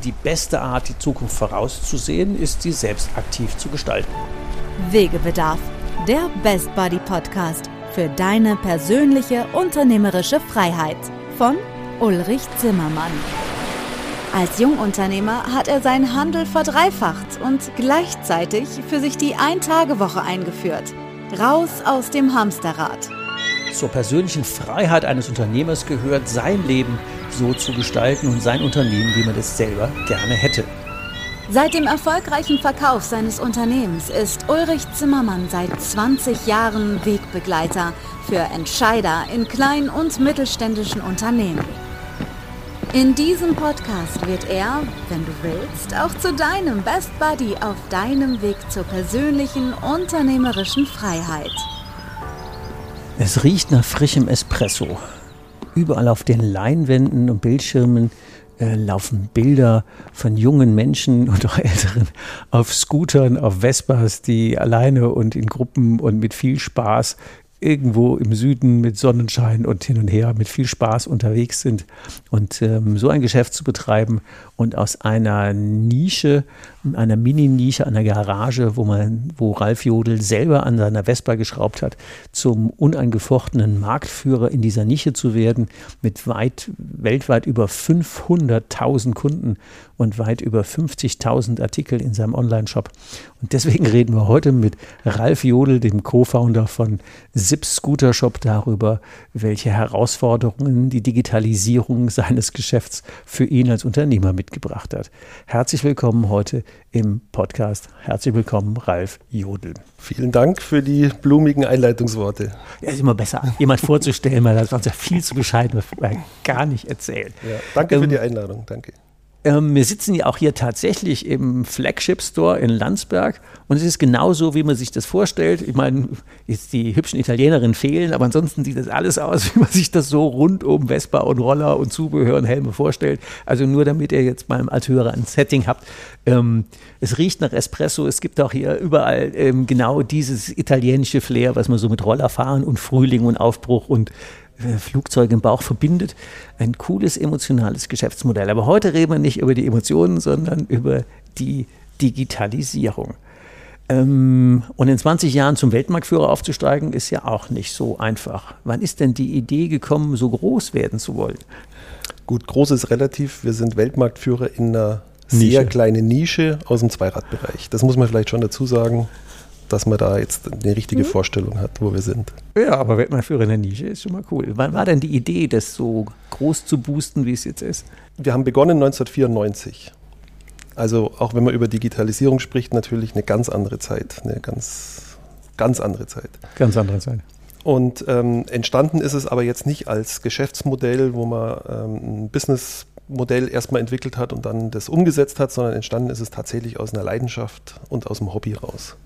die beste Art, die Zukunft vorauszusehen, ist, sie selbst aktiv zu gestalten. Wegebedarf, der Best Buddy Podcast für deine persönliche unternehmerische Freiheit von Ulrich Zimmermann. Als Jungunternehmer hat er seinen Handel verdreifacht und gleichzeitig für sich die Ein-Tage-Woche eingeführt. Raus aus dem Hamsterrad. Zur persönlichen Freiheit eines Unternehmers gehört, sein Leben so zu gestalten und sein Unternehmen, wie man es selber gerne hätte. Seit dem erfolgreichen Verkauf seines Unternehmens ist Ulrich Zimmermann seit 20 Jahren Wegbegleiter für Entscheider in kleinen und mittelständischen Unternehmen. In diesem Podcast wird er, wenn du willst, auch zu deinem Best Buddy auf deinem Weg zur persönlichen unternehmerischen Freiheit. Es riecht nach frischem Espresso. Überall auf den Leinwänden und Bildschirmen laufen Bilder von jungen Menschen und auch Älteren auf Scootern, auf Vespas, die alleine und in Gruppen und mit viel Spaß irgendwo im Süden mit Sonnenschein und hin und her mit viel Spaß unterwegs sind. Und so ein Geschäft zu betreiben und aus einer Nische, einer Mini-Nische, einer Garage, wo Ralf Jodl selber an seiner Vespa geschraubt hat, zum unangefochtenen Marktführer in dieser Nische zu werden, mit weltweit über 500.000 Kunden und weit über 50.000 Artikel in seinem Online-Shop. Und deswegen reden wir heute mit Ralf Jodl, dem Co-Founder von Sips Scooter Shop, darüber, welche Herausforderungen die Digitalisierung seines Geschäfts für ihn als Unternehmer mitgebracht hat. Herzlich willkommen heute im Podcast. Herzlich willkommen, Ralf Jodl. Vielen Dank für die blumigen Einleitungsworte. Ja, ist immer besser, jemand vorzustellen, weil das uns ja viel zu bescheiden, was wir gar nicht erzählen. Ja, danke für die Einladung, danke. Wir sitzen ja auch hier tatsächlich im Flagship Store in Landsberg und es ist genauso, wie man sich das vorstellt. Ich meine, jetzt die hübschen Italienerinnen fehlen, aber ansonsten sieht das alles aus, wie man sich das so rund um Vespa und Roller und Zubehör und Helme vorstellt. Also nur damit ihr jetzt beim als Hörer ein Setting habt. Es riecht nach Espresso, es gibt auch hier überall genau dieses italienische Flair, was man so mit Rollerfahren und Frühling und Aufbruch und Flugzeug im Bauch verbindet. Ein cooles, emotionales Geschäftsmodell. Aber heute reden wir nicht über die Emotionen, sondern über die Digitalisierung. Und in 20 Jahren zum Weltmarktführer aufzusteigen, ist ja auch nicht so einfach. Wann ist denn die Idee gekommen, so groß werden zu wollen? Gut, groß ist relativ. Wir sind Weltmarktführer in einer sehr kleinen Nische aus dem Zweiradbereich. Das muss man vielleicht schon dazu sagen, dass man da jetzt eine richtige Vorstellung hat, wo wir sind. Ja, aber Weltmarktführer in der Nische ist schon mal cool. Wann war denn die Idee, das so groß zu boosten, wie es jetzt ist? Wir haben begonnen 1994. Also auch wenn man über Digitalisierung spricht, natürlich eine ganz andere Zeit. Eine ganz andere Zeit. Ganz andere Zeit. Und entstanden ist es aber jetzt nicht als Geschäftsmodell, wo man ein Businessmodell erstmal entwickelt hat und dann das umgesetzt hat, sondern entstanden ist es tatsächlich aus einer Leidenschaft und aus dem Hobby raus.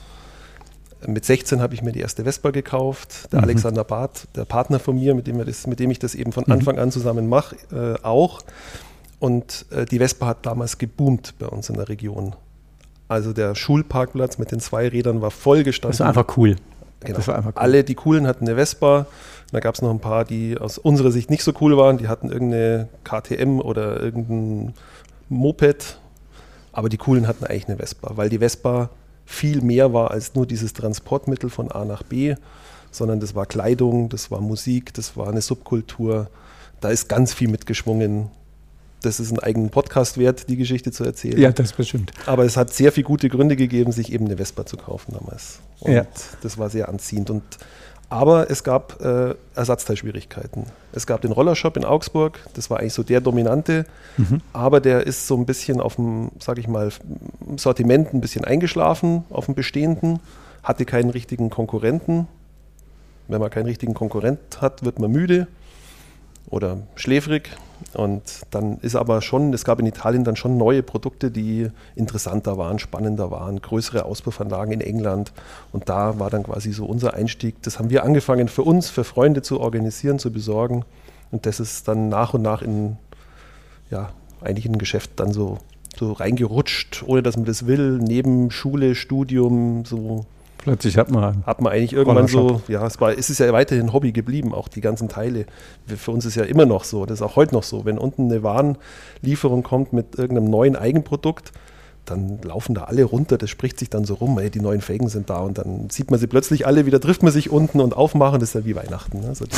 Mit 16 habe ich mir die erste Vespa gekauft. Der Alexander Barth, der Partner von mir, mit dem ich das eben von Anfang an zusammen mache, auch. Und die Vespa hat damals geboomt bei uns in der Region. Also der Schulparkplatz mit den 2 Rädern war vollgestanden. Das war einfach cool. Genau. Das war einfach cool. Alle, die Coolen, hatten eine Vespa. Da gab es noch ein paar, die aus unserer Sicht nicht so cool waren. Die hatten irgendeine KTM oder irgendein Moped. Aber die Coolen hatten eigentlich eine Vespa, weil die Vespa viel mehr war als nur dieses Transportmittel von A nach B, sondern das war Kleidung, das war Musik, das war eine Subkultur. Da ist ganz viel mitgeschwungen. Das ist einen eigenen Podcast wert, die Geschichte zu erzählen. Ja, das bestimmt. Aber es hat sehr viele gute Gründe gegeben, sich eben eine Vespa zu kaufen damals. Und das war sehr anziehend. Aber es gab Ersatzteilschwierigkeiten. Es gab den Rollershop in Augsburg, das war eigentlich so der dominante, aber der ist so ein bisschen auf dem, sage ich mal, Sortiment ein bisschen eingeschlafen, auf dem bestehenden, hatte keinen richtigen Konkurrenten. Wenn man keinen richtigen Konkurrent hat, wird man müde oder schläfrig. Und dann ist aber schon, es gab in Italien dann schon neue Produkte, die interessanter waren, spannender waren, größere Auspuffanlagen in England. Und da war dann quasi so unser Einstieg. Das haben wir angefangen für uns, für Freunde zu organisieren, zu besorgen. Und das ist dann nach und nach eigentlich in ein Geschäft dann so reingerutscht, ohne dass man das will, neben Schule, Studium, so Plötzlich hat man eigentlich irgendwann so, ja, es ist ja weiterhin Hobby geblieben, auch die ganzen Teile. Für uns ist ja immer noch so, das ist auch heute noch so, wenn unten eine Warenlieferung kommt mit irgendeinem neuen Eigenprodukt, dann laufen da alle runter, das spricht sich dann so rum, ey, die neuen Felgen sind da und dann sieht man sie plötzlich alle wieder, trifft man sich unten und aufmachen, das ist ja wie Weihnachten. Ne? Also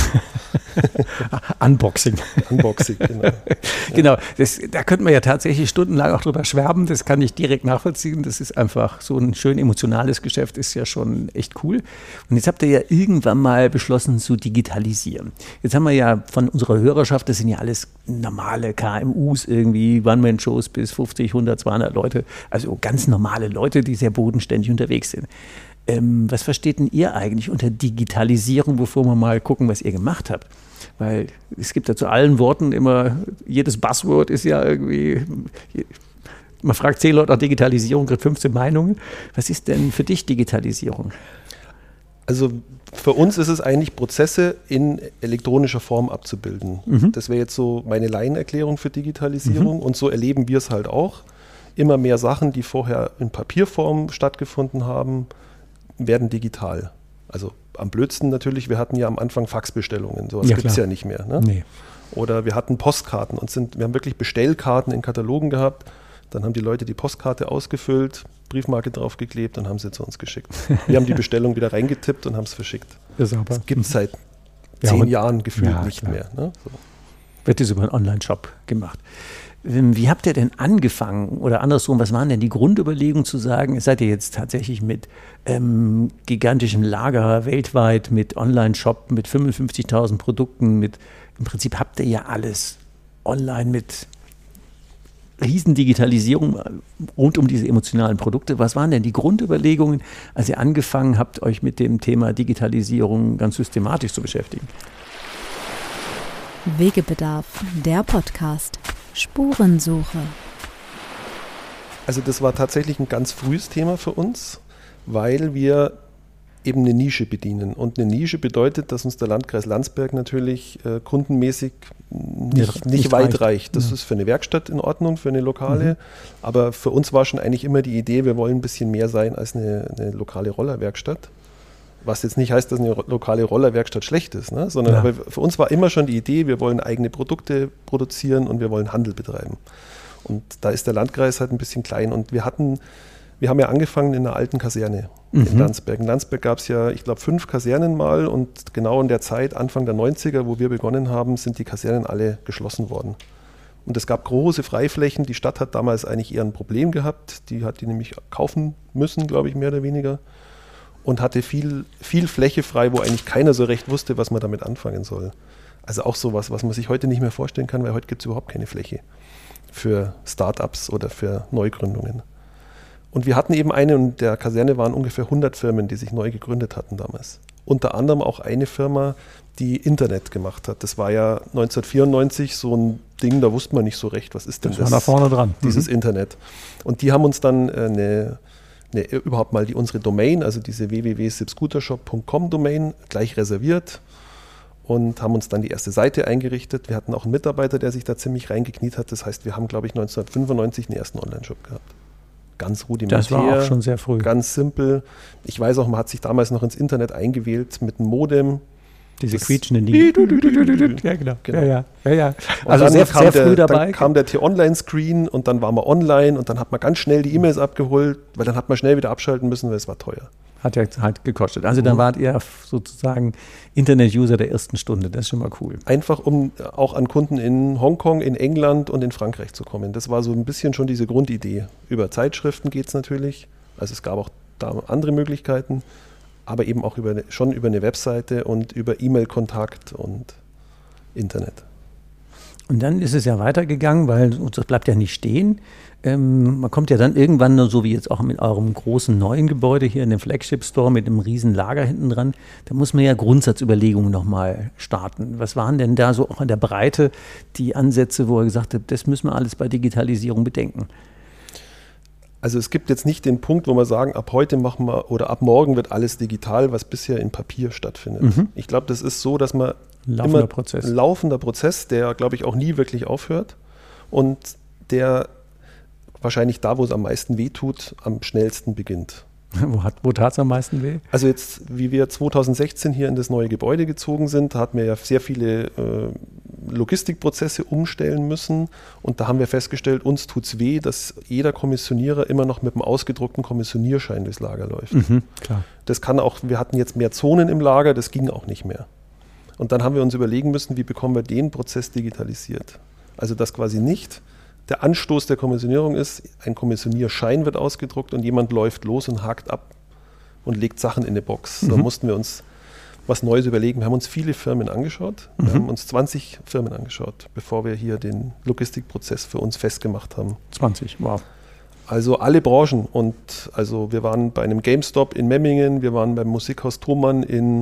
Unboxing. Unboxing, genau. Genau, da könnte man ja tatsächlich stundenlang auch drüber schwärmen, das kann ich direkt nachvollziehen, das ist einfach so ein schön emotionales Geschäft, ist ja schon echt cool. Und jetzt habt ihr ja irgendwann mal beschlossen zu digitalisieren. Jetzt haben wir ja von unserer Hörerschaft, das sind ja alles normale KMUs irgendwie, One-Man-Shows bis 50, 100, 200 Leute, also ganz normale Leute, die sehr bodenständig unterwegs sind. Was versteht denn ihr eigentlich unter Digitalisierung, bevor wir mal gucken, was ihr gemacht habt? Weil es gibt ja zu allen Worten immer, jedes Buzzword ist ja irgendwie, man fragt 10 Leute nach Digitalisierung, kriegt 15 Meinungen. Was ist denn für dich Digitalisierung? Also für uns ist es eigentlich, Prozesse in elektronischer Form abzubilden. Das wäre jetzt so meine Laienerklärung für Digitalisierung und so erleben wir es halt auch. Immer mehr Sachen, die vorher in Papierform stattgefunden haben, werden digital. Also am blödsten natürlich, wir hatten ja am Anfang Faxbestellungen, sowas gibt es ja nicht mehr. Ne? Nee. Oder wir hatten Postkarten und wir haben wirklich Bestellkarten in Katalogen gehabt. Dann haben die Leute die Postkarte ausgefüllt, Briefmarke draufgeklebt und haben sie zu uns geschickt. Wir haben die Bestellung wieder reingetippt und haben es verschickt. Das gibt es seit 10 Jahren gefühlt nicht mehr. Ne? So. Wird das über einen Online-Shop gemacht. Wie habt ihr denn angefangen oder andersrum, was waren denn die Grundüberlegungen zu sagen, seid ihr jetzt tatsächlich mit gigantischem Lager weltweit, mit Online-Shop, mit 55.000 Produkten, im Prinzip habt ihr ja alles online mit Riesendigitalisierung rund um diese emotionalen Produkte. Was waren denn die Grundüberlegungen, als ihr angefangen habt, euch mit dem Thema Digitalisierung ganz systematisch zu beschäftigen? Wegebedarf, der Podcast. Spurensuche. Also das war tatsächlich ein ganz frühes Thema für uns, weil wir eben eine Nische bedienen. Und eine Nische bedeutet, dass uns der Landkreis Landsberg natürlich kundenmäßig nicht weit reicht. Das ist für eine Werkstatt in Ordnung, für eine lokale. Aber für uns war schon eigentlich immer die Idee, wir wollen ein bisschen mehr sein als eine lokale Rollerwerkstatt. Was jetzt nicht heißt, dass eine lokale Rollerwerkstatt schlecht ist, ne? Sondern aber für uns war immer schon die Idee, wir wollen eigene Produkte produzieren und wir wollen Handel betreiben. Und da ist der Landkreis halt ein bisschen klein. Und wir haben ja angefangen in einer alten Kaserne in Landsberg. In Landsberg gab es ja, ich glaube, 5 Kasernen mal und genau in der Zeit, Anfang der 90er, wo wir begonnen haben, sind die Kasernen alle geschlossen worden. Und es gab große Freiflächen. Die Stadt hat damals eigentlich eher ein Problem gehabt. Die hat die nämlich kaufen müssen, glaube ich, mehr oder weniger. Und hatte viel Fläche frei, wo eigentlich keiner so recht wusste, was man damit anfangen soll. Also auch sowas, was man sich heute nicht mehr vorstellen kann, weil heute gibt es überhaupt keine Fläche für Start-ups oder für Neugründungen. Und wir hatten eben in der Kaserne waren ungefähr 100 Firmen, die sich neu gegründet hatten damals. Unter anderem auch eine Firma, die Internet gemacht hat. Das war ja 1994 so ein Ding, da wusste man nicht so recht, was ist denn das? Das war da vorne dran. Dieses Internet. Und die haben uns dann überhaupt mal unsere Domain, also diese www.sipscootershop.com Domain, gleich reserviert und haben uns dann die erste Seite eingerichtet. Wir hatten auch einen Mitarbeiter, der sich da ziemlich reingekniet hat. Das heißt, wir haben, glaube ich, 1995 den ersten Online-Shop gehabt. Ganz rudimentär. Das war auch schon sehr früh. Ganz simpel. Ich weiß auch, man hat sich damals noch ins Internet eingewählt mit einem Modem. Diese quietschenden Dinge. Ja, genau. Ja. Also sehr früh dabei. Dann kam der T-Online-Screen und dann waren wir online und dann hat man ganz schnell die E-Mails abgeholt, weil dann hat man schnell wieder abschalten müssen, weil es war teuer. Hat ja halt gekostet. Also dann wart ihr sozusagen Internet-User der ersten Stunde. Das ist schon mal cool. Einfach, um auch an Kunden in Hongkong, in England und in Frankreich zu kommen. Das war so ein bisschen schon diese Grundidee. Über Zeitschriften geht es natürlich. Also es gab auch da andere Möglichkeiten. Aber eben auch schon über eine Webseite und über E-Mail-Kontakt und Internet. Und dann ist es ja weitergegangen, weil das bleibt ja nicht stehen. Man kommt ja dann irgendwann, so wie jetzt auch mit eurem großen neuen Gebäude hier in dem Flagship Store mit einem riesen Lager hinten dran, da muss man ja Grundsatzüberlegungen nochmal starten. Was waren denn da so auch in der Breite die Ansätze, wo ihr gesagt habt, das müssen wir alles bei Digitalisierung bedenken? Also es gibt jetzt nicht den Punkt, wo wir sagen, ab heute machen wir oder ab morgen wird alles digital, was bisher in Papier stattfindet. Ich glaube, das ist so, dass man ein laufender Prozess, der, glaube ich, auch nie wirklich aufhört und der wahrscheinlich da, wo es am meisten wehtut, am schnellsten beginnt. Wo tat es am meisten weh? Also jetzt, wie wir 2016 hier in das neue Gebäude gezogen sind, da hatten wir ja sehr viele Logistikprozesse umstellen müssen und da haben wir festgestellt, uns tut es weh, dass jeder Kommissionierer immer noch mit einem ausgedruckten Kommissionierschein durchs Lager läuft. Klar. Das kann auch, wir hatten jetzt mehr Zonen im Lager, das ging auch nicht mehr. Und dann haben wir uns überlegen müssen, wie bekommen wir den Prozess digitalisiert. Also dass quasi nicht der Anstoß der Kommissionierung ist, ein Kommissionierschein wird ausgedruckt und jemand läuft los und hakt ab und legt Sachen in eine Box. Da mussten wir uns was Neues überlegen. Wir haben uns viele Firmen angeschaut. Wir haben uns 20 Firmen angeschaut, bevor wir hier den Logistikprozess für uns festgemacht haben. 20, wow. Also alle Branchen. Und also wir waren bei einem GameStop in Memmingen, wir waren beim Musikhaus Thomann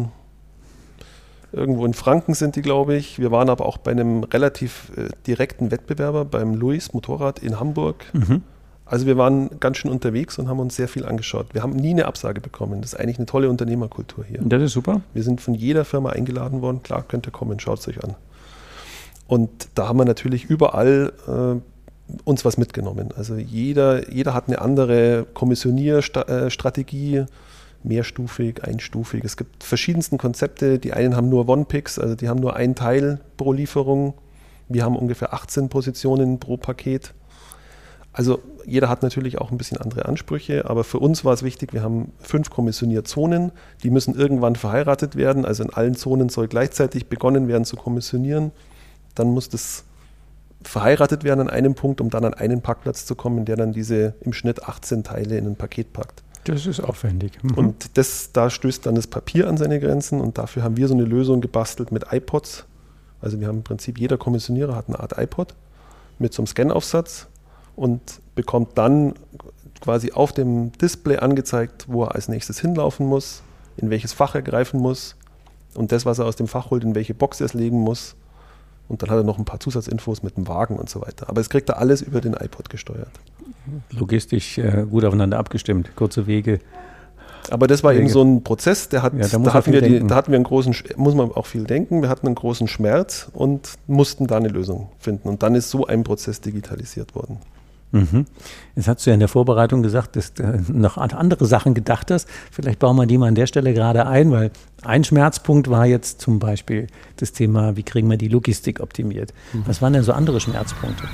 irgendwo in Franken sind die, glaube ich. Wir waren aber auch bei einem relativ direkten Wettbewerber, beim Louis Motorrad in Hamburg. Also wir waren ganz schön unterwegs und haben uns sehr viel angeschaut. Wir haben nie eine Absage bekommen. Das ist eigentlich eine tolle Unternehmerkultur hier. Das ist super. Wir sind von jeder Firma eingeladen worden. Klar, könnt ihr kommen, schaut es euch an. Und da haben wir natürlich überall uns was mitgenommen. Also jeder hat eine andere Kommissionierstrategie, mehrstufig, einstufig. Es gibt verschiedensten Konzepte. Die einen haben nur One-Picks, also die haben nur ein Teil pro Lieferung. Wir haben ungefähr 18 Positionen pro Paket. Also jeder hat natürlich auch ein bisschen andere Ansprüche, aber für uns war es wichtig, wir haben 5 Kommissionierzonen, die müssen irgendwann verheiratet werden. Also in allen Zonen soll gleichzeitig begonnen werden zu kommissionieren. Dann muss das verheiratet werden an einem Punkt, um dann an einen Parkplatz zu kommen, der dann diese im Schnitt 18 Teile in ein Paket packt. Das ist aufwendig. Und da stößt dann das Papier an seine Grenzen und dafür haben wir so eine Lösung gebastelt mit iPods. Also wir haben im Prinzip, jeder Kommissionierer hat eine Art iPod mit so einem Scanaufsatz und bekommt dann quasi auf dem Display angezeigt, wo er als nächstes hinlaufen muss, in welches Fach er greifen muss und das, was er aus dem Fach holt, in welche Box er es legen muss. Und dann hat er noch ein paar Zusatzinfos mit dem Wagen und so weiter. Aber es kriegt er alles über den iPod gesteuert. Logistisch gut aufeinander abgestimmt, kurze Wege. Aber das war eben so ein Prozess, da hatten wir einen großen, muss man auch viel denken, wir hatten einen großen Schmerz und mussten da eine Lösung finden. Und dann ist so ein Prozess digitalisiert worden. Jetzt hast du ja in der Vorbereitung gesagt, dass du noch an andere Sachen gedacht hast. Vielleicht bauen wir die mal an der Stelle gerade ein, weil ein Schmerzpunkt war jetzt zum Beispiel das Thema, wie kriegen wir die Logistik optimiert. Was waren denn so andere Schmerzpunkte?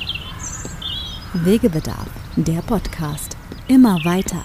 Wegebedarf, der Podcast. Immer weiter.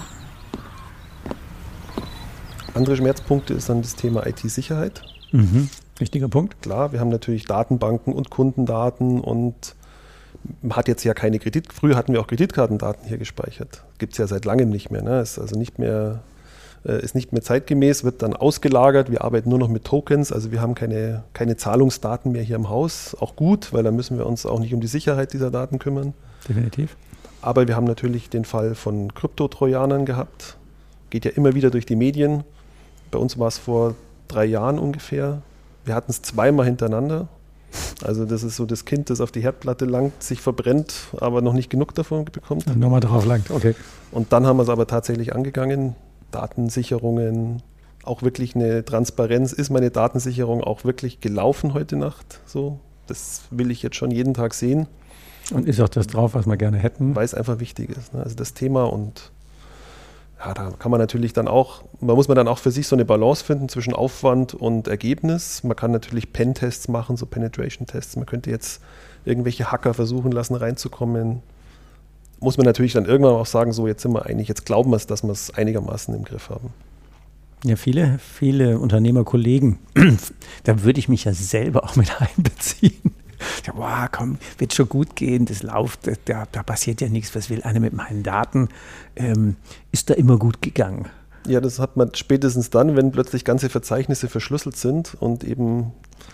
Andere Schmerzpunkte ist dann das Thema IT-Sicherheit. Wichtiger Punkt. Klar, wir haben natürlich Datenbanken und Kundendaten und man hat jetzt ja keine früher hatten wir auch Kreditkartendaten hier gespeichert. Gibt es ja seit langem nicht mehr. Ne? Ist also nicht mehr zeitgemäß, wird dann ausgelagert. Wir arbeiten nur noch mit Tokens, also wir haben keine Zahlungsdaten mehr hier im Haus. Auch gut, weil dann müssen wir uns auch nicht um die Sicherheit dieser Daten kümmern. Definitiv. Aber wir haben natürlich den Fall von Kryptotrojanern gehabt. Geht ja immer wieder durch die Medien. Bei uns war es vor 3 Jahren ungefähr. Wir hatten es 2-mal hintereinander. Also das ist so das Kind, das auf die Herdplatte langt, sich verbrennt, aber noch nicht genug davon bekommt. Und nochmal drauf langt, okay. Und dann haben wir es aber tatsächlich angegangen. Datensicherungen, auch wirklich eine Transparenz. Ist meine Datensicherung auch wirklich gelaufen heute Nacht? So, das will ich jetzt schon jeden Tag sehen. Und ist auch das drauf, was wir gerne hätten? Weil es einfach wichtig ist. Ne? Also das Thema und ja, da kann man natürlich dann auch, muss man dann auch für sich so eine Balance finden zwischen Aufwand und Ergebnis. Man kann natürlich Pen-Tests machen, so Penetration-Tests. Man könnte jetzt irgendwelche Hacker versuchen lassen, reinzukommen. Muss man natürlich dann irgendwann auch sagen, so jetzt sind wir einig, jetzt glauben wir es, dass wir es einigermaßen im Griff haben. Ja, viele Unternehmerkollegen, da würde ich mich ja selber auch mit einbeziehen. Ja, wow, komm, wird schon gut gehen, das läuft, da passiert ja nichts, was will einer mit meinen Daten, ist da immer gut gegangen. Ja, das hat man spätestens dann, wenn plötzlich ganze Verzeichnisse verschlüsselt sind und eben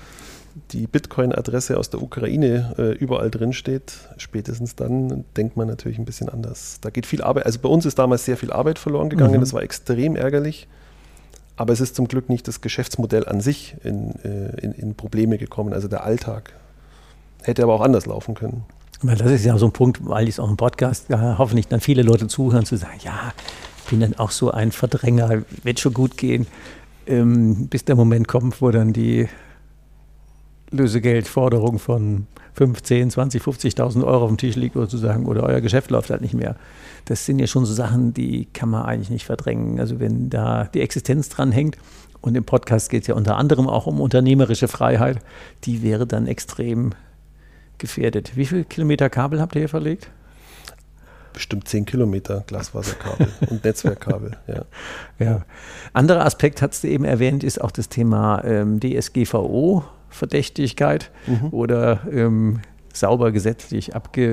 die Bitcoin-Adresse aus der Ukraine überall drin steht, spätestens dann denkt man natürlich ein bisschen anders. Da geht viel Arbeit, also bei uns ist damals sehr viel Arbeit verloren gegangen, das war extrem ärgerlich. Aber es ist zum Glück nicht das Geschäftsmodell an sich in Probleme gekommen, also der Alltag. Hätte aber auch anders laufen können. Weil das ist ja so ein Punkt, weil es auch im Podcast hoffentlich dann viele Leute zuhören, zu sagen, ja, ich bin dann auch so ein Verdränger, wird schon gut gehen, bis der Moment kommt, wo dann die Lösegeldforderung von 5, 10, 20, 50.000 Euro auf dem Tisch liegt oder zu sagen, oder euer Geschäft läuft halt nicht mehr. Das sind ja schon so Sachen, die kann man eigentlich nicht verdrängen. Also wenn da die Existenz dran hängt, und im Podcast geht es ja unter anderem auch um unternehmerische Freiheit, die wäre dann extrem gefährdet. Wie viele Kilometer Kabel habt ihr hier verlegt? Bestimmt 10 Kilometer Glasfaserkabel und Netzwerkkabel, ja. Ja. Anderer Aspekt, hast du eben erwähnt, ist auch das Thema DSGVO-Verdächtigkeit oder sauber gesetzlich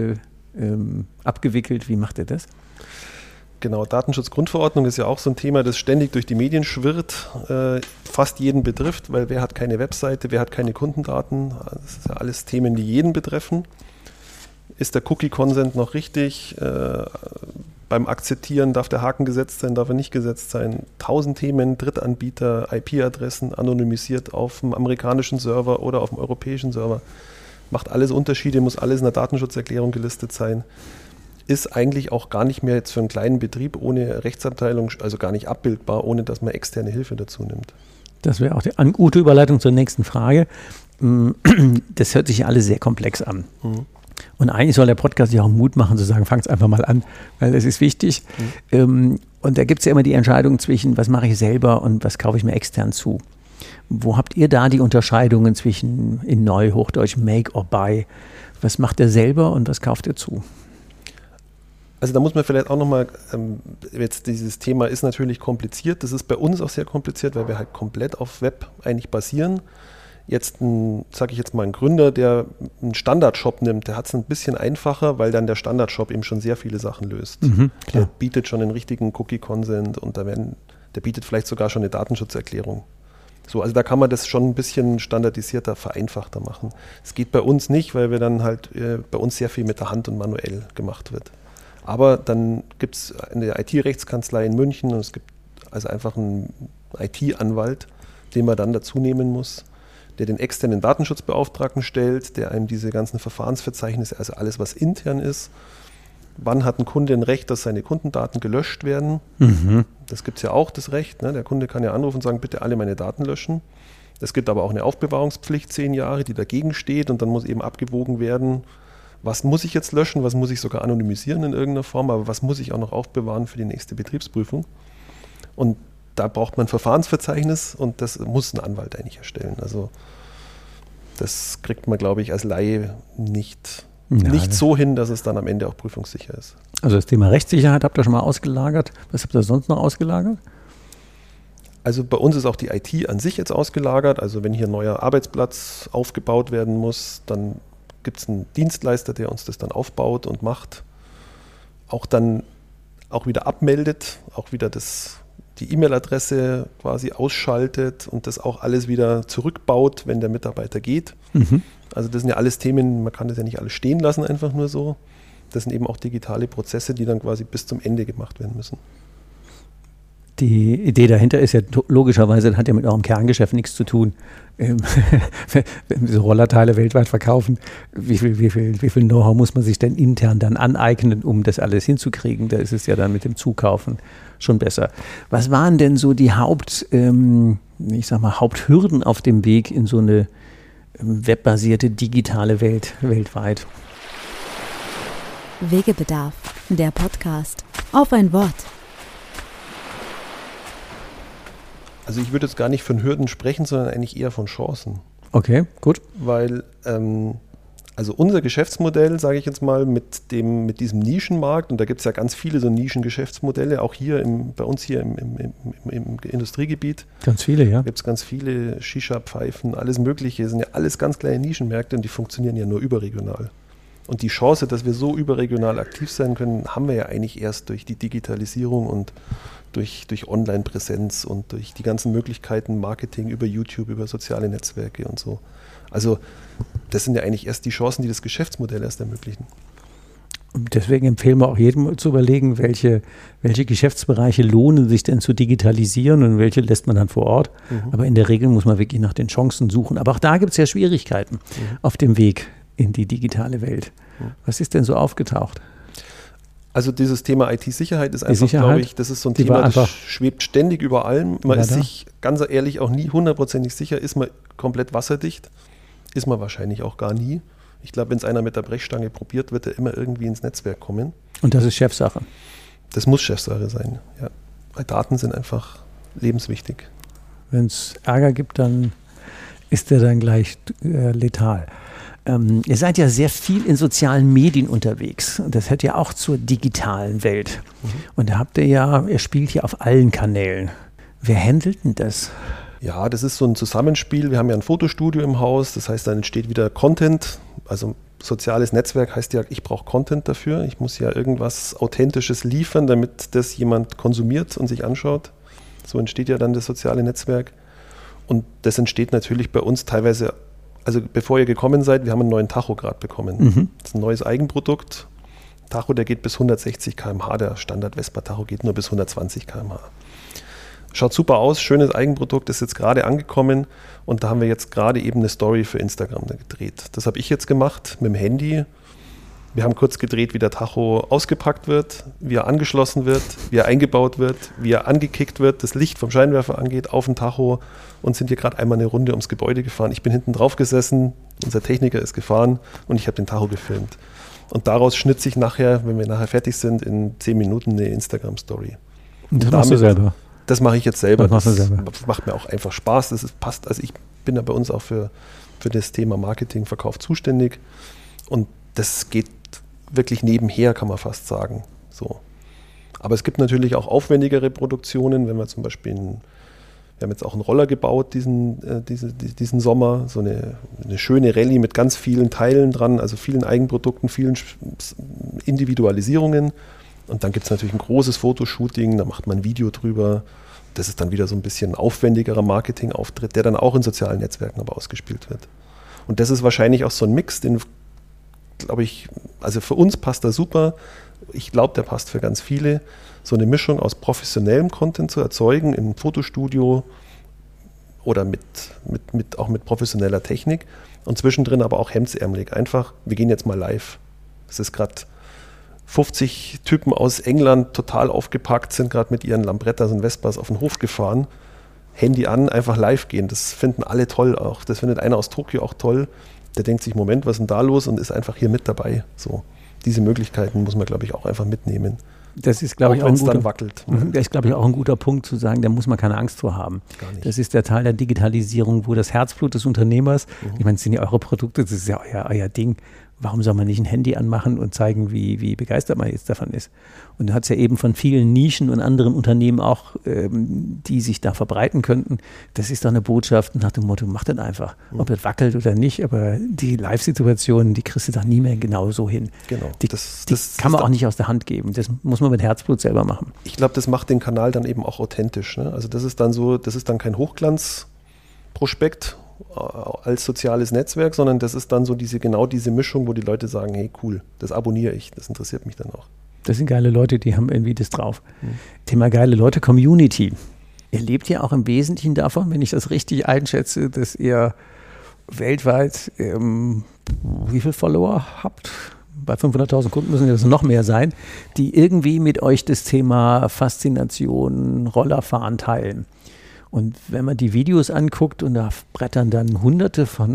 abgewickelt. Wie macht ihr das? Genau, Datenschutzgrundverordnung ist ja auch so ein Thema, das ständig durch die Medien schwirrt, fast jeden betrifft, weil wer hat keine Webseite, wer hat keine Kundendaten, das sind ja alles Themen, die jeden betreffen. Ist der Cookie-Consent noch richtig? Beim Akzeptieren darf der Haken gesetzt sein, darf er nicht gesetzt sein? 1000 Themen, Drittanbieter, IP-Adressen anonymisiert auf dem amerikanischen Server oder auf dem europäischen Server. Macht alles Unterschiede, muss alles in der Datenschutzerklärung gelistet sein. Ist eigentlich auch gar nicht mehr jetzt für einen kleinen Betrieb ohne Rechtsabteilung, also gar nicht abbildbar, ohne dass man externe Hilfe dazu nimmt. Das wäre auch eine gute Überleitung zur nächsten Frage. Das hört sich ja alles sehr komplex an. Und eigentlich soll der Podcast ja auch Mut machen, zu sagen, fang's einfach mal an, weil das ist wichtig. Und da gibt es ja immer die Entscheidung zwischen, was mache ich selber und was kaufe ich mir extern zu. Wo habt ihr da die Unterscheidungen zwischen, in Neuhochdeutsch, Make or Buy? Was macht ihr selber und was kauft ihr zu? Also da muss man vielleicht auch nochmal, jetzt dieses Thema ist natürlich kompliziert, das ist bei uns auch sehr kompliziert, weil wir halt komplett auf Web eigentlich basieren. Jetzt sage ich jetzt mal, ein Gründer, der einen Standardshop nimmt, der hat es ein bisschen einfacher, weil dann der Standardshop eben schon sehr viele Sachen löst. Der bietet schon den richtigen Cookie-Consent und der bietet vielleicht sogar schon eine Datenschutzerklärung. So, also da kann man das schon ein bisschen standardisierter, vereinfachter machen. Es geht bei uns nicht, weil wir dann halt bei uns sehr viel mit der Hand und manuell gemacht wird. Aber dann gibt es eine IT-Rechtskanzlei in München und es gibt also einfach einen IT-Anwalt, den man dann dazu nehmen muss, der den externen Datenschutzbeauftragten stellt, der einem diese ganzen Verfahrensverzeichnisse, also alles, was intern ist, wann hat ein Kunde ein Recht, dass seine Kundendaten gelöscht werden. Das gibt es ja auch, das Recht. Ne? Der Kunde kann ja anrufen und sagen, bitte alle meine Daten löschen. Es gibt aber auch eine Aufbewahrungspflicht, 10 Jahre, die dagegen steht und dann muss eben abgewogen werden, was muss ich jetzt löschen, was muss ich sogar anonymisieren in irgendeiner Form, aber was muss ich auch noch aufbewahren für die nächste Betriebsprüfung. Und da braucht man ein Verfahrensverzeichnis und das muss ein Anwalt eigentlich erstellen. Also das kriegt man, glaube ich, als Laie nicht so hin, dass es dann am Ende auch prüfungssicher ist. Also das Thema Rechtssicherheit habt ihr schon mal ausgelagert. Was habt ihr sonst noch ausgelagert? Also bei uns ist auch die IT an sich jetzt ausgelagert. Also wenn hier ein neuer Arbeitsplatz aufgebaut werden muss, dann gibt es einen Dienstleister, der uns das dann aufbaut und macht. Auch dann auch wieder abmeldet, auch wieder die E-Mail-Adresse quasi ausschaltet und das auch alles wieder zurückbaut, wenn der Mitarbeiter geht. Also das sind ja alles Themen, man kann das ja nicht alles stehen lassen, einfach nur so. Das sind eben auch digitale Prozesse, die dann quasi bis zum Ende gemacht werden müssen. Die Idee dahinter ist ja logischerweise, das hat ja mit eurem Kerngeschäft nichts zu tun. Wenn wir so Rollerteile weltweit verkaufen, wie viel Know-how muss man sich denn intern dann aneignen, um das alles hinzukriegen? Da ist es ja dann mit dem Zukaufen schon besser. Was waren denn so die Haupthürden auf dem Weg in so eine webbasierte digitale Welt weltweit? Wegebedarf, der Podcast. Auf ein Wort. Also ich würde jetzt gar nicht von Hürden sprechen, sondern eigentlich eher von Chancen. Okay, gut. Weil also unser Geschäftsmodell, sage ich jetzt mal, mit diesem Nischenmarkt, und da gibt es ja ganz viele so Nischengeschäftsmodelle, auch hier bei uns hier im Industriegebiet. Ganz viele, ja. Gibt es ganz viele Shisha-Pfeifen, alles Mögliche, sind ja alles ganz kleine Nischenmärkte und die funktionieren ja nur überregional. Und die Chance, dass wir so überregional aktiv sein können, haben wir ja eigentlich erst durch die Digitalisierung und durch Online-Präsenz und durch die ganzen Möglichkeiten, Marketing über YouTube, über soziale Netzwerke und so. Also das sind ja eigentlich erst die Chancen, die das Geschäftsmodell erst ermöglichen. Und deswegen empfehlen wir auch jedem zu überlegen, welche Geschäftsbereiche lohnen sich denn zu digitalisieren und welche lässt man dann vor Ort. Aber in der Regel muss man wirklich nach den Chancen suchen. Aber auch da gibt es ja Schwierigkeiten auf dem Weg in die digitale Welt. Was ist denn so aufgetaucht? Also dieses Thema IT-Sicherheit ist einfach, glaube ich, das ist so ein Thema, das schwebt ständig über allem. Man ist sich ganz ehrlich auch nie hundertprozentig sicher, ist man komplett wasserdicht? Ist man wahrscheinlich auch gar nie. Ich glaube, wenn es einer mit der Brechstange probiert, wird er immer irgendwie ins Netzwerk kommen. Und das ist Chefsache? Das muss Chefsache sein, ja. Weil Daten sind einfach lebenswichtig. Wenn es Ärger gibt, dann ist der dann gleich letal. Ihr seid ja sehr viel in sozialen Medien unterwegs und das hört ja auch zur digitalen Welt. Und da habt ihr spielt hier auf allen Kanälen. Wer handelt denn das? Ja, das ist so ein Zusammenspiel. Wir haben ja ein Fotostudio im Haus, das heißt, dann entsteht wieder Content. Also soziales Netzwerk heißt ja, ich brauche Content dafür. Ich muss ja irgendwas Authentisches liefern, damit das jemand konsumiert und sich anschaut. So entsteht ja dann das soziale Netzwerk. Und das entsteht natürlich bei uns teilweise, also bevor ihr gekommen seid, wir haben einen neuen Tacho gerade bekommen. Das ist ein neues Eigenprodukt. Tacho, der geht bis 160 km/h, der Standard-Vespa-Tacho geht nur bis 120 km/h. Schaut super aus, schönes Eigenprodukt, ist jetzt gerade angekommen und da haben wir jetzt gerade eben eine Story für Instagram gedreht. Das habe ich jetzt gemacht mit dem Handy. Wir haben kurz gedreht, wie der Tacho ausgepackt wird, wie er angeschlossen wird, wie er eingebaut wird, wie er angekickt wird, das Licht vom Scheinwerfer angeht auf den Tacho und sind hier gerade einmal eine Runde ums Gebäude gefahren. Ich bin hinten drauf gesessen, unser Techniker ist gefahren und ich habe den Tacho gefilmt. Und daraus schnitt sich nachher, wenn wir nachher fertig sind, in 10 Minuten eine Instagram-Story. Und das machst du selber? Das mache ich jetzt selber. Das macht mir auch einfach Spaß. Das passt. Also ich bin ja bei uns auch für das Thema Marketing, Verkauf zuständig. Und das geht wirklich nebenher, kann man fast sagen. So. Aber es gibt natürlich auch aufwendigere Produktionen, wenn wir zum Beispiel, wir haben jetzt auch einen Roller gebaut diesen Sommer, so eine schöne Rallye mit ganz vielen Teilen dran, also vielen Eigenprodukten, vielen Individualisierungen. Und dann gibt es natürlich ein großes Fotoshooting, da macht man ein Video drüber. Das ist dann wieder so ein bisschen aufwendigerer Marketingauftritt, der dann auch in sozialen Netzwerken aber ausgespielt wird. Und das ist wahrscheinlich auch so ein Mix, den, glaube ich, also für uns passt er super. Ich glaube, der passt für ganz viele. So eine Mischung aus professionellem Content zu erzeugen im Fotostudio oder auch mit professioneller Technik und zwischendrin aber auch hemdsärmelig. Einfach, wir gehen jetzt mal live. Es ist gerade 50 Typen aus England total aufgepackt, sind gerade mit ihren Lambrettas und Vespas auf den Hof gefahren. Handy an, einfach live gehen. Das finden alle toll auch. Das findet einer aus Tokio auch toll. Der denkt sich, Moment, was ist denn da los? Und ist einfach hier mit dabei. So. Diese Möglichkeiten muss man, glaube ich, auch einfach mitnehmen. Das ist, glaube ich, auch ein guter, dann wackelt. Das ist, glaube ich, auch ein guter Punkt zu sagen, da muss man keine Angst vor haben. Gar nicht. Das ist der Teil der Digitalisierung, wo das Herzblut des Unternehmers, ich meine, es sind ja eure Produkte, das ist ja euer Ding. Warum soll man nicht ein Handy anmachen und zeigen, wie begeistert man jetzt davon ist? Und du hast ja eben von vielen Nischen und anderen Unternehmen auch, die sich da verbreiten könnten. Das ist doch eine Botschaft nach dem Motto, mach das einfach. Ob das wackelt oder nicht, aber die Live-Situationen, die kriegst du doch nie mehr genau so hin. Genau. Die kann man auch nicht aus der Hand geben. Das muss man mit Herzblut selber machen. Ich glaube, das macht den Kanal dann eben auch authentisch. Ne? Also das ist dann kein Hochglanzprospekt als soziales Netzwerk, sondern das ist dann so diese Mischung, wo die Leute sagen, hey cool, das abonniere ich, das interessiert mich dann auch. Das sind geile Leute, die haben irgendwie das drauf. Thema geile Leute, Community. Ihr lebt ja auch im Wesentlichen davon, wenn ich das richtig einschätze, dass ihr weltweit wie viele Follower habt? Bei 500.000 Kunden müssen das noch mehr sein, die irgendwie mit euch das Thema Faszination, Rollerfahren teilen. Und wenn man die Videos anguckt und da brettern dann Hunderte von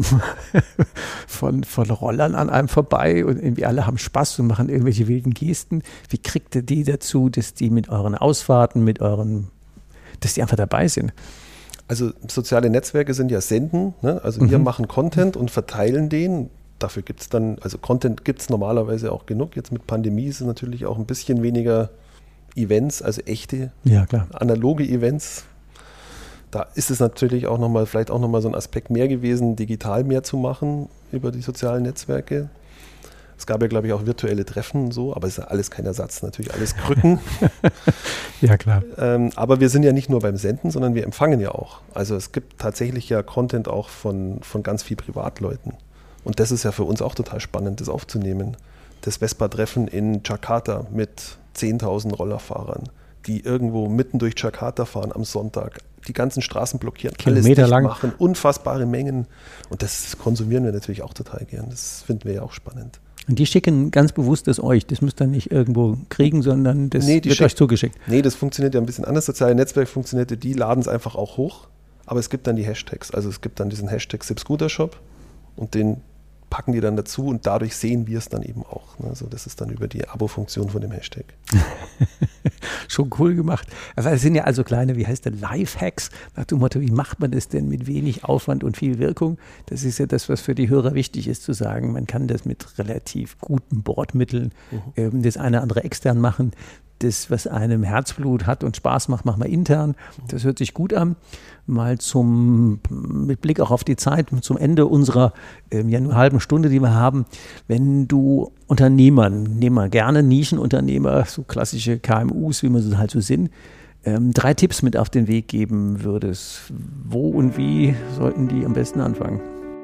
Rollern an einem vorbei und irgendwie alle haben Spaß und machen irgendwelche wilden Gesten. Wie kriegt ihr die dazu, dass die mit euren Ausfahrten, dass die einfach dabei sind? Also soziale Netzwerke sind ja Senden, ne? Also wir machen Content und verteilen den. Dafür gibt es dann, also Content gibt es normalerweise auch genug. Jetzt mit Pandemie ist es natürlich auch ein bisschen weniger Events, also echte, analoge Events. Da ist es natürlich auch vielleicht auch nochmal so ein Aspekt mehr gewesen, digital mehr zu machen über die sozialen Netzwerke. Es gab ja, glaube ich, auch virtuelle Treffen und so, aber es ist ja alles kein Ersatz, natürlich alles Krücken. Ja, klar. Aber wir sind ja nicht nur beim Senden, sondern wir empfangen ja auch. Also es gibt tatsächlich ja Content auch von ganz viel Privatleuten. Und das ist ja für uns auch total spannend, das aufzunehmen. Das Vespa-Treffen in Jakarta mit 10.000 Rollerfahrern, die irgendwo mitten durch Jakarta fahren am Sonntag, die ganzen Straßen blockieren, alles dicht machen, unfassbare Mengen. Und das konsumieren wir natürlich auch total gern. Das finden wir ja auch spannend. Und die schicken ganz bewusst das euch. Das müsst ihr nicht irgendwo kriegen, sondern das wird euch zugeschickt. Nee, das funktioniert ja ein bisschen anders. Soziale Netzwerk funktioniert, die laden es einfach auch hoch. Aber es gibt dann die Hashtags. Also es gibt dann diesen Hashtag SIP Scooter Shop und den packen die dann dazu und dadurch sehen wir es dann eben auch. Ne? Also das ist dann über die Abo-Funktion von dem Hashtag. Schon cool gemacht. Also es sind ja also kleine, wie heißt der, Lifehacks, nach dem Motto, wie macht man das denn mit wenig Aufwand und viel Wirkung? Das ist ja das, was für die Hörer wichtig ist, zu sagen, man kann das mit relativ guten Bordmitteln, das eine oder andere extern machen. Das, was einem Herzblut hat und Spaß macht, machen wir intern. Das hört sich gut an. Mal mit Blick auch auf die Zeit, zum Ende unserer nur halben Stunde, die wir haben. Wenn du Unternehmern, nehmen wir gerne Nischenunternehmer, so klassische KMUs, wie wir so halt so sind, 3 Tipps mit auf den Weg geben würdest, wo und wie sollten die am besten anfangen?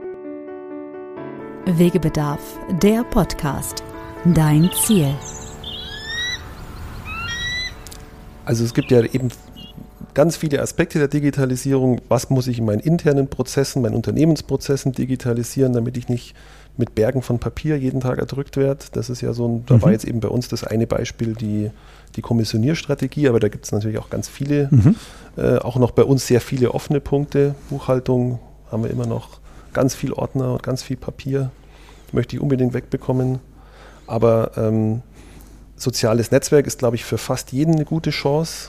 Wegebedarf, der Podcast. Dein Ziel. Also es gibt ja eben ganz viele Aspekte der Digitalisierung. Was muss ich in meinen internen Prozessen, meinen Unternehmensprozessen digitalisieren, damit ich nicht mit Bergen von Papier jeden Tag erdrückt werde? Das ist ja so da war jetzt eben bei uns das eine Beispiel, die Kommissionierstrategie, aber da gibt es natürlich auch ganz viele, auch noch bei uns sehr viele offene Punkte. Buchhaltung haben wir immer noch ganz viel Ordner und ganz viel Papier. Möchte ich unbedingt wegbekommen. Aber soziales Netzwerk ist, glaube ich, für fast jeden eine gute Chance,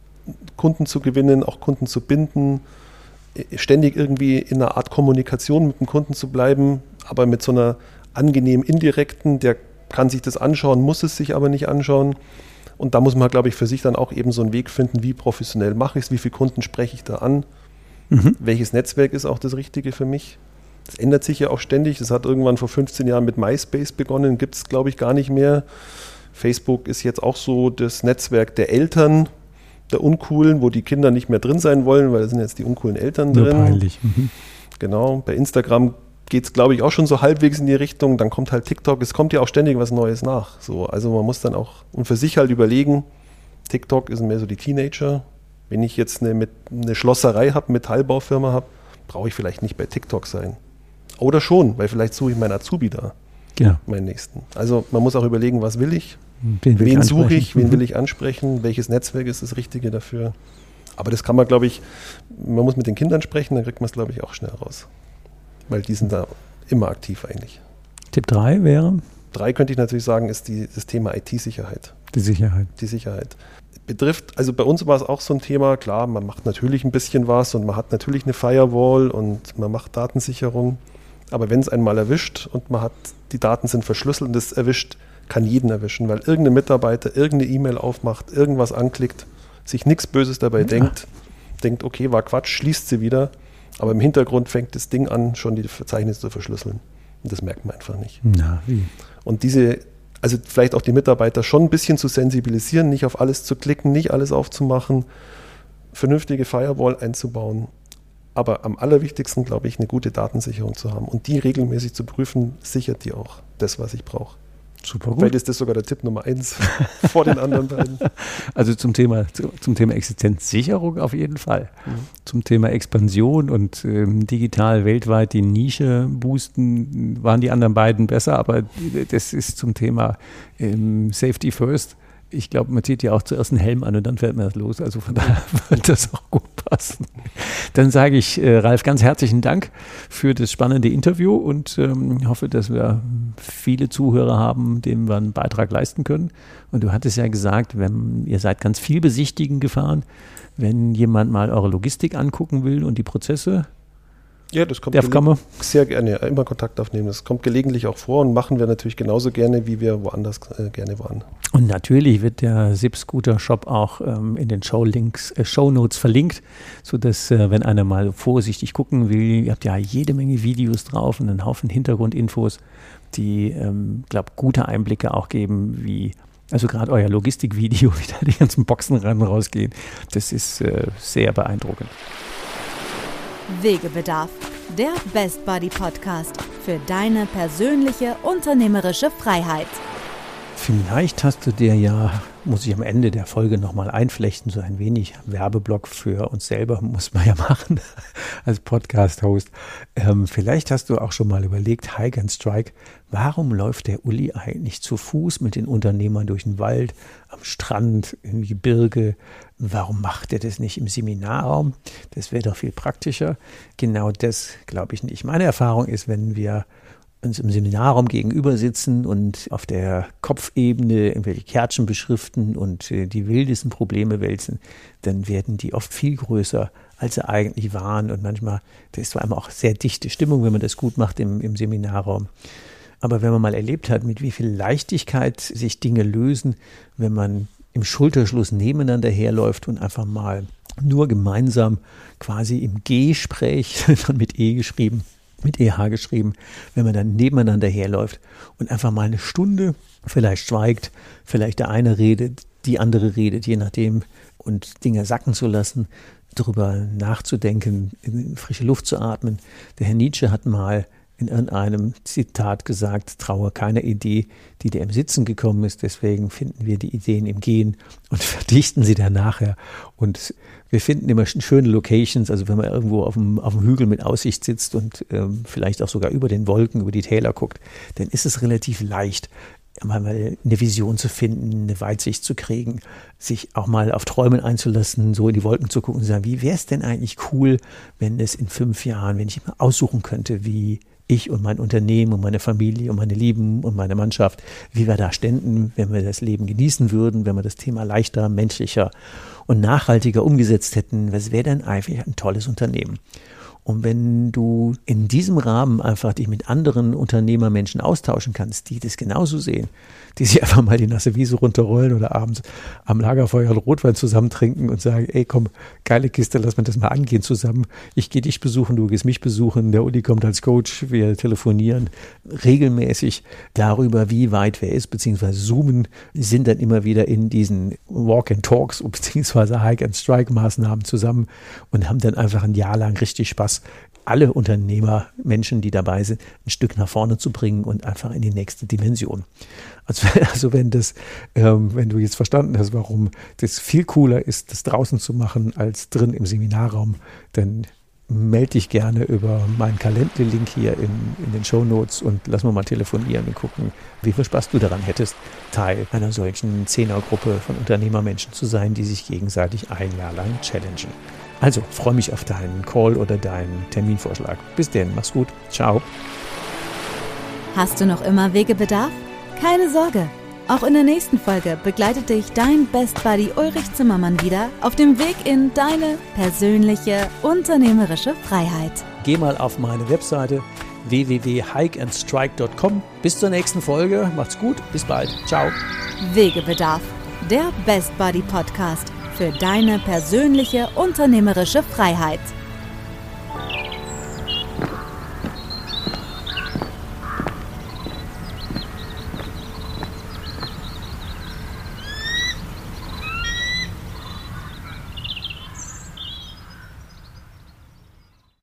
Kunden zu gewinnen, auch Kunden zu binden, ständig irgendwie in einer Art Kommunikation mit dem Kunden zu bleiben, aber mit so einer angenehm indirekten, der kann sich das anschauen, muss es sich aber nicht anschauen. Und da muss man, glaube ich, für sich dann auch eben so einen Weg finden, wie professionell mache ich es, wie viele Kunden spreche ich da an, welches Netzwerk ist auch das Richtige für mich. Das ändert sich ja auch ständig. Das hat irgendwann vor 15 Jahren mit MySpace begonnen, gibt es, glaube ich, gar nicht mehr. Facebook ist jetzt auch so das Netzwerk der Eltern, der Uncoolen, wo die Kinder nicht mehr drin sein wollen, weil da sind jetzt die uncoolen Eltern drin. Nur peinlich. Genau, bei Instagram geht es, glaube ich, auch schon so halbwegs in die Richtung. Dann kommt halt TikTok, es kommt ja auch ständig was Neues nach. So, also man muss dann auch für sich halt überlegen, TikTok ist mehr so die Teenager. Wenn ich jetzt eine Schlosserei habe, Metallbaufirma habe, brauche ich vielleicht nicht bei TikTok sein. Oder schon, weil vielleicht suche ich meinen Azubi da. Genau. Meinen nächsten. Also man muss auch überlegen, was will ich? Wen suche ich? Wen will ich ansprechen? Welches Netzwerk ist das Richtige dafür? Aber das kann man, glaube ich, man muss mit den Kindern sprechen, dann kriegt man es, glaube ich, auch schnell raus. Weil die sind da immer aktiv eigentlich. Tipp 3 wäre? 3 könnte ich natürlich sagen, ist das Thema IT-Sicherheit. Die Sicherheit. Die Sicherheit. Betrifft, also bei uns war es auch so ein Thema, klar, man macht natürlich ein bisschen was und man hat natürlich eine Firewall und man macht Datensicherung. Aber wenn es einmal erwischt und die Daten sind verschlüsselt und das erwischt, kann jeden erwischen, weil irgendein Mitarbeiter irgendeine E-Mail aufmacht, irgendwas anklickt, sich nichts Böses dabei denkt, okay, war Quatsch, schließt sie wieder, aber im Hintergrund fängt das Ding an, schon die Verzeichnisse zu verschlüsseln. Und das merkt man einfach nicht. Na, wie? Und also vielleicht auch die Mitarbeiter schon ein bisschen zu sensibilisieren, nicht auf alles zu klicken, nicht alles aufzumachen, vernünftige Firewall einzubauen. Aber am allerwichtigsten, glaube ich, eine gute Datensicherung zu haben. Und die regelmäßig zu prüfen, sichert die auch das, was ich brauche. Super gut. Vielleicht ist das sogar der Tipp Nummer 1 vor den anderen beiden. Also zum Thema Existenzsicherung auf jeden Fall. Zum Thema Expansion und digital weltweit die Nische boosten, waren die anderen beiden besser. Aber das ist zum Thema Safety First. Ich glaube, man zieht ja auch zuerst einen Helm an und dann fährt man das los. Also von daher wird das auch gut passen. Dann sage ich, Ralf, ganz herzlichen Dank für das spannende Interview und hoffe, dass wir viele Zuhörer haben, denen wir einen Beitrag leisten können. Und du hattest ja gesagt, ihr seid ganz viel besichtigen gefahren. Wenn jemand mal eure Logistik angucken will und die Prozesse, ja, das kommt sehr gerne, immer Kontakt aufnehmen. Das kommt gelegentlich auch vor und machen wir natürlich genauso gerne, wie wir woanders gerne waren. Und natürlich wird der SIP-Scooter-Shop auch in den Shownotes verlinkt, sodass, wenn einer mal vorsichtig gucken will, ihr habt ja jede Menge Videos drauf und einen Haufen Hintergrundinfos, die, glaube gute Einblicke auch geben, also gerade euer Logistikvideo, wie da die ganzen Boxen rausgehen, das ist sehr beeindruckend. Wegebedarf, der Best Buddy Podcast für deine persönliche unternehmerische Freiheit. Vielleicht hast du dir ja, muss ich am Ende der Folge nochmal einflechten, so ein wenig Werbeblock für uns selber, muss man ja machen als Podcast-Host. Vielleicht hast du auch schon mal überlegt, Hike and Strike, warum läuft der Uli eigentlich zu Fuß mit den Unternehmern durch den Wald, am Strand, im Gebirge? Warum macht er das nicht im Seminarraum? Das wäre doch viel praktischer. Genau das glaube ich nicht. Meine Erfahrung ist, wenn wir uns im Seminarraum gegenüber sitzen und auf der Kopfebene irgendwelche Kärtchen beschriften und die wildesten Probleme wälzen, dann werden die oft viel größer, als sie eigentlich waren. Und manchmal, da ist zwar einmal auch sehr dichte Stimmung, wenn man das gut macht im Seminarraum. Aber wenn man mal erlebt hat, mit wie viel Leichtigkeit sich Dinge lösen, wenn man im Schulterschluss nebeneinander herläuft und einfach mal nur gemeinsam quasi im Gespräch, mit EH geschrieben, wenn man dann nebeneinander herläuft und einfach mal eine Stunde vielleicht schweigt, vielleicht der eine redet, die andere redet, je nachdem, und Dinge sacken zu lassen, darüber nachzudenken, in frische Luft zu atmen. Der Herr Nietzsche hat mal in irgendeinem Zitat gesagt, traue keiner Idee, die dir im Sitzen gekommen ist, deswegen finden wir die Ideen im Gehen und verdichten sie dann nachher. Und wir finden immer schöne Locations, also wenn man irgendwo auf dem Hügel mit Aussicht sitzt und vielleicht auch sogar über den Wolken, über die Täler guckt, dann ist es relativ leicht, mal eine Vision zu finden, eine Weitsicht zu kriegen, sich auch mal auf Träumen einzulassen, so in die Wolken zu gucken und zu sagen, wie wäre es denn eigentlich cool, wenn es in 5 Jahren, wenn ich mal aussuchen könnte, wie ich und mein Unternehmen und meine Familie und meine Lieben und meine Mannschaft, wie wir da ständen, wenn wir das Leben genießen würden, wenn wir das Thema leichter, menschlicher und nachhaltiger umgesetzt hätten. Was wäre denn eigentlich ein tolles Unternehmen? Und wenn du in diesem Rahmen einfach dich mit anderen Unternehmermenschen austauschen kannst, die das genauso sehen, die sich einfach mal die nasse Wiese runterrollen oder abends am Lagerfeuer Rotwein zusammen trinken und sagen, ey komm, geile Kiste, lass mal das mal angehen zusammen. Ich gehe dich besuchen, du gehst mich besuchen, der Uli kommt als Coach, wir telefonieren regelmäßig darüber, wie weit wer ist, beziehungsweise zoomen, sind dann immer wieder in diesen Walk-and-Talks beziehungsweise Hike-and-Strike-Maßnahmen zusammen und haben dann einfach ein Jahr lang richtig Spaß, alle Unternehmer, Menschen, die dabei sind, ein Stück nach vorne zu bringen und einfach in die nächste Dimension. Also wenn du jetzt verstanden hast, warum das viel cooler ist, das draußen zu machen, als drin im Seminarraum, dann melde dich gerne über meinen Kalender-Link hier in den Shownotes und lass mal telefonieren und gucken, wie viel Spaß du daran hättest, Teil einer solchen 10er-Gruppe von Unternehmermenschen zu sein, die sich gegenseitig ein Jahr lang challengen. Also, freue mich auf deinen Call oder deinen Terminvorschlag. Bis denn, mach's gut. Ciao. Hast du noch immer Wegebedarf? Keine Sorge. Auch in der nächsten Folge begleitet dich dein Best Buddy Ulrich Zimmermann wieder auf dem Weg in deine persönliche unternehmerische Freiheit. Geh mal auf meine Webseite www.hikeandstrike.com. Bis zur nächsten Folge. Macht's gut. Bis bald. Ciao. Wegebedarf. Der Best Buddy Podcast für deine persönliche unternehmerische Freiheit.